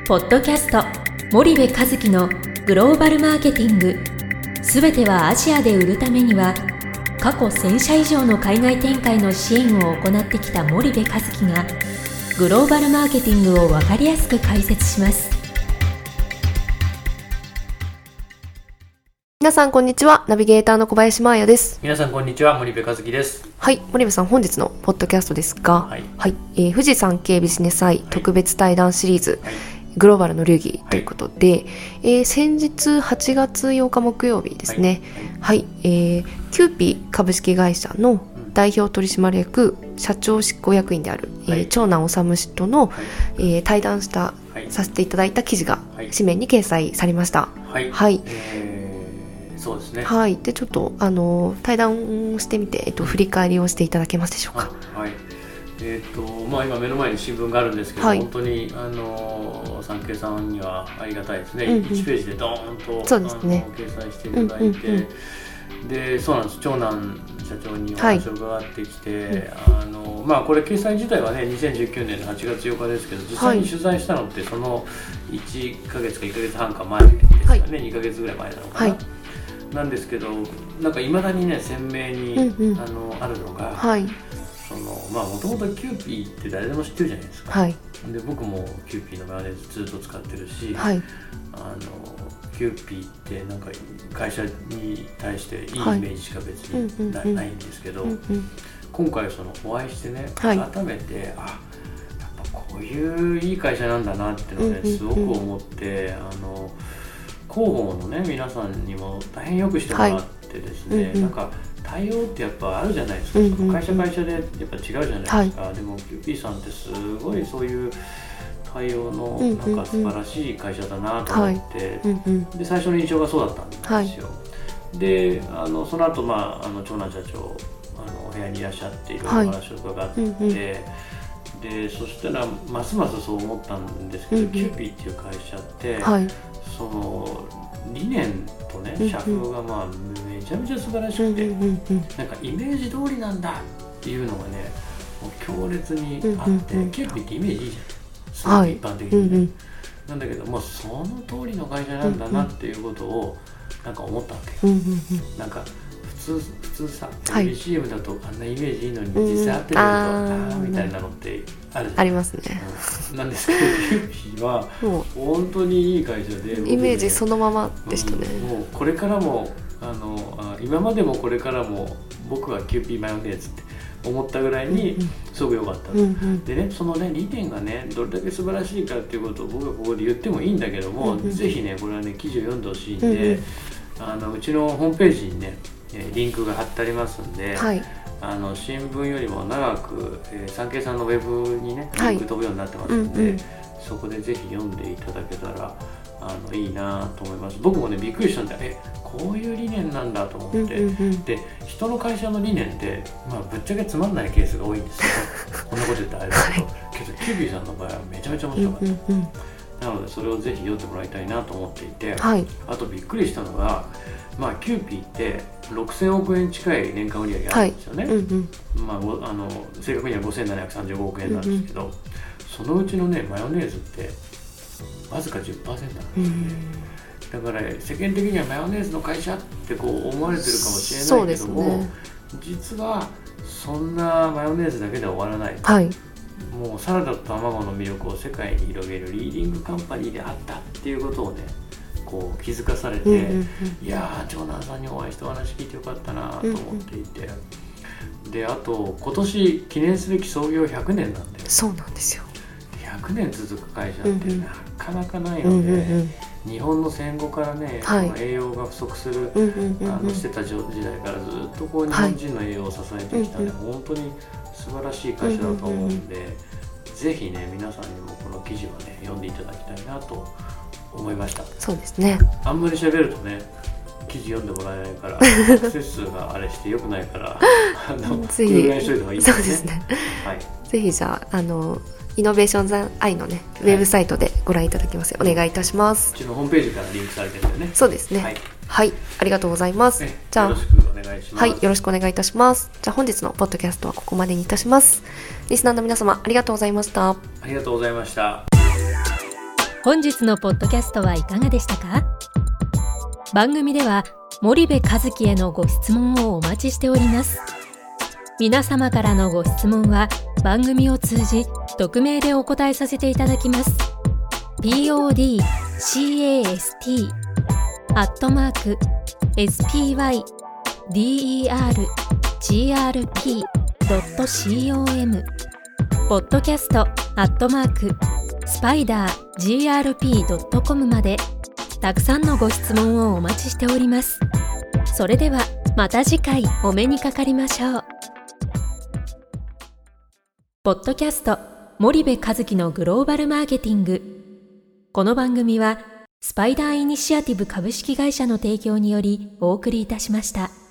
ポッドキャスト森部一樹のグローバルマーケティング、すべてはアジアで売るためには、過去1000社以上の海外展開の支援を行ってきた森部一樹がグローバルマーケティングを分かりやすく解説します。 皆さんこんにちは。ナビゲーターの小林真彩です。 皆さんこんにちは。森部一樹です。 はい、森部さん、本日のポッドキャストですが、富士山系ビジネス祭特別対談シリーズ、グローバルの流儀ということで、先日8月8日木曜日ですね、キューピー株式会社の代表取締役社長執行役員である、長男修氏との、対談させていただいた記事が紙面に掲載されました。 そうですね。 でちょっと対談をしてみて、振り返りをしていただけますでしょうか。 今目の前に新聞があるんですけど、本当に産経さんにはありがたいですね。1ページでドーンと、 そうですね、 掲載していただいて、でそうなんです。長男社長にお話を伺ってきて、これ掲載自体はね2019年の8月8日ですけど、実際に取材したのってその1ヶ月か1ヶ月半か前ですかね、2ヶ月ぐらい前なのかな。なんですけど、なんかいまだにね鮮明に、あるのが、もともとキューピーって誰でも知ってるじゃないですか。で僕もキューピーのマヨネーズずっと使ってるし、キューピーってなんか会社に対していいイメージしか別にないんですけど、今回そのお会いしてね、改めてやっぱこういういい会社なんだなっていうのをねすごく思って、広報のね皆さんにも大変よくしてもらってですね、なんか対応ってやっぱあるじゃないですか。その会社でやっぱ違うじゃないですか。でもキューピーさんってすごいそういう対応のなんか素晴らしい会社だなと思って、で最初の印象がそうだったんですよ。でその後長男社長お部屋にいらっしゃっていろいろお話を伺って、でそしたらますますそう思ったんですけど、キューピーっていう会社って、その理念とね社風がめちゃめちゃ素晴らしくて、なんかイメージ通りなんだっていうのがねもう強烈にあって、キューピーってイメージいいじゃん、すごい一般的にね、なんだけどもうその通りの会社なんだなっていうことをなんか思ったわけ。なんか普通さ、テレビ CM だとあんなイメージいいのに実際会ってみるとみたいなのってありますね。なんですけどキューピーは本当にいい会社で、 イメージそのままでしたね。 もうこれからも今までもこれからも僕はキューピーマヨネーズって思ったぐらいにすごく良かった。でね、そのね理念がねどれだけ素晴らしいかっていうことを僕はここで言ってもいいんだけども、ぜひねこれはね記事を読んでほしいんで、うちのホームページにねリンクが貼ってありますんで、新聞よりも長く、産経さんのウェブにねリンク飛ぶようになってますんで、そこでぜひ読んでいただけたらいいなと思います。僕もねびっくりしたんで、こういう理念なんだと思って、で人の会社の理念ってぶっちゃけつまんないケースが多いんですよ。こんなこと言ったらあれだけど、けどキュービーさんの場合はめちゃめちゃ面白かった。なのでそれをぜひ読んでもらいたいなと思っていて、あとびっくりしたのが、キューピーって6000億円近い年間売り上げあるんですよね。正確には5735億円なんですけど、そのうちのねマヨネーズってわずか 10% なんですよね。だから世間的にはマヨネーズの会社ってこう思われてるかもしれないけども、実はそんなマヨネーズだけでは終わらない。もうサラダと卵の魅力を世界に広げるリーディングカンパニーであったっていうことをねこう気づかされて、いや長男さんにお会いしてお話聞いてよかったなと思っていて、であと今年記念すべき創業100年なんで。 そうなんですよ。 100年続く会社ってなかなかないので、日本の戦後からね、栄養が不足するしてた時代からずっとこう日本人の栄養を支えてきたね、本当に素晴らしい会社だと思うんで、ぜひね皆さんにもこの記事はね読んでいただきたいなと思いました。 そうですね。 あんまり喋るとね記事読んでもらえないから、アクセス数があれして良くないからぜひお願いしといた方がいいですね。 そうですね。ぜひじゃあイノベーションズアイのねウェブサイトでご覧いただきます。お願いいたします。 うちのホームページからリンクされてるんだよね。 そうですね。ありがとうございます。 じゃあよろしくお願いします。 よろしくお願いいたします。じゃあ本日のポッドキャストはここまでにいたします。リスナーの皆様ありがとうございました。 ありがとうございました。 本日のポッドキャストはいかがでしたか？番組では森部一樹へのご質問をお待ちしております。皆様からのご質問は番組を通じ匿名でお答えさせていただきます。podcast@spydergrp.com podcast@spidergrp.com までたくさんのご質問をお待ちしております。それではまた次回お目にかかりましょう。ポッドキャスト森部一樹のグローバルマーケティング。この番組はスパイダーイニシアティブ株式会社の提供によりお送りいたしました。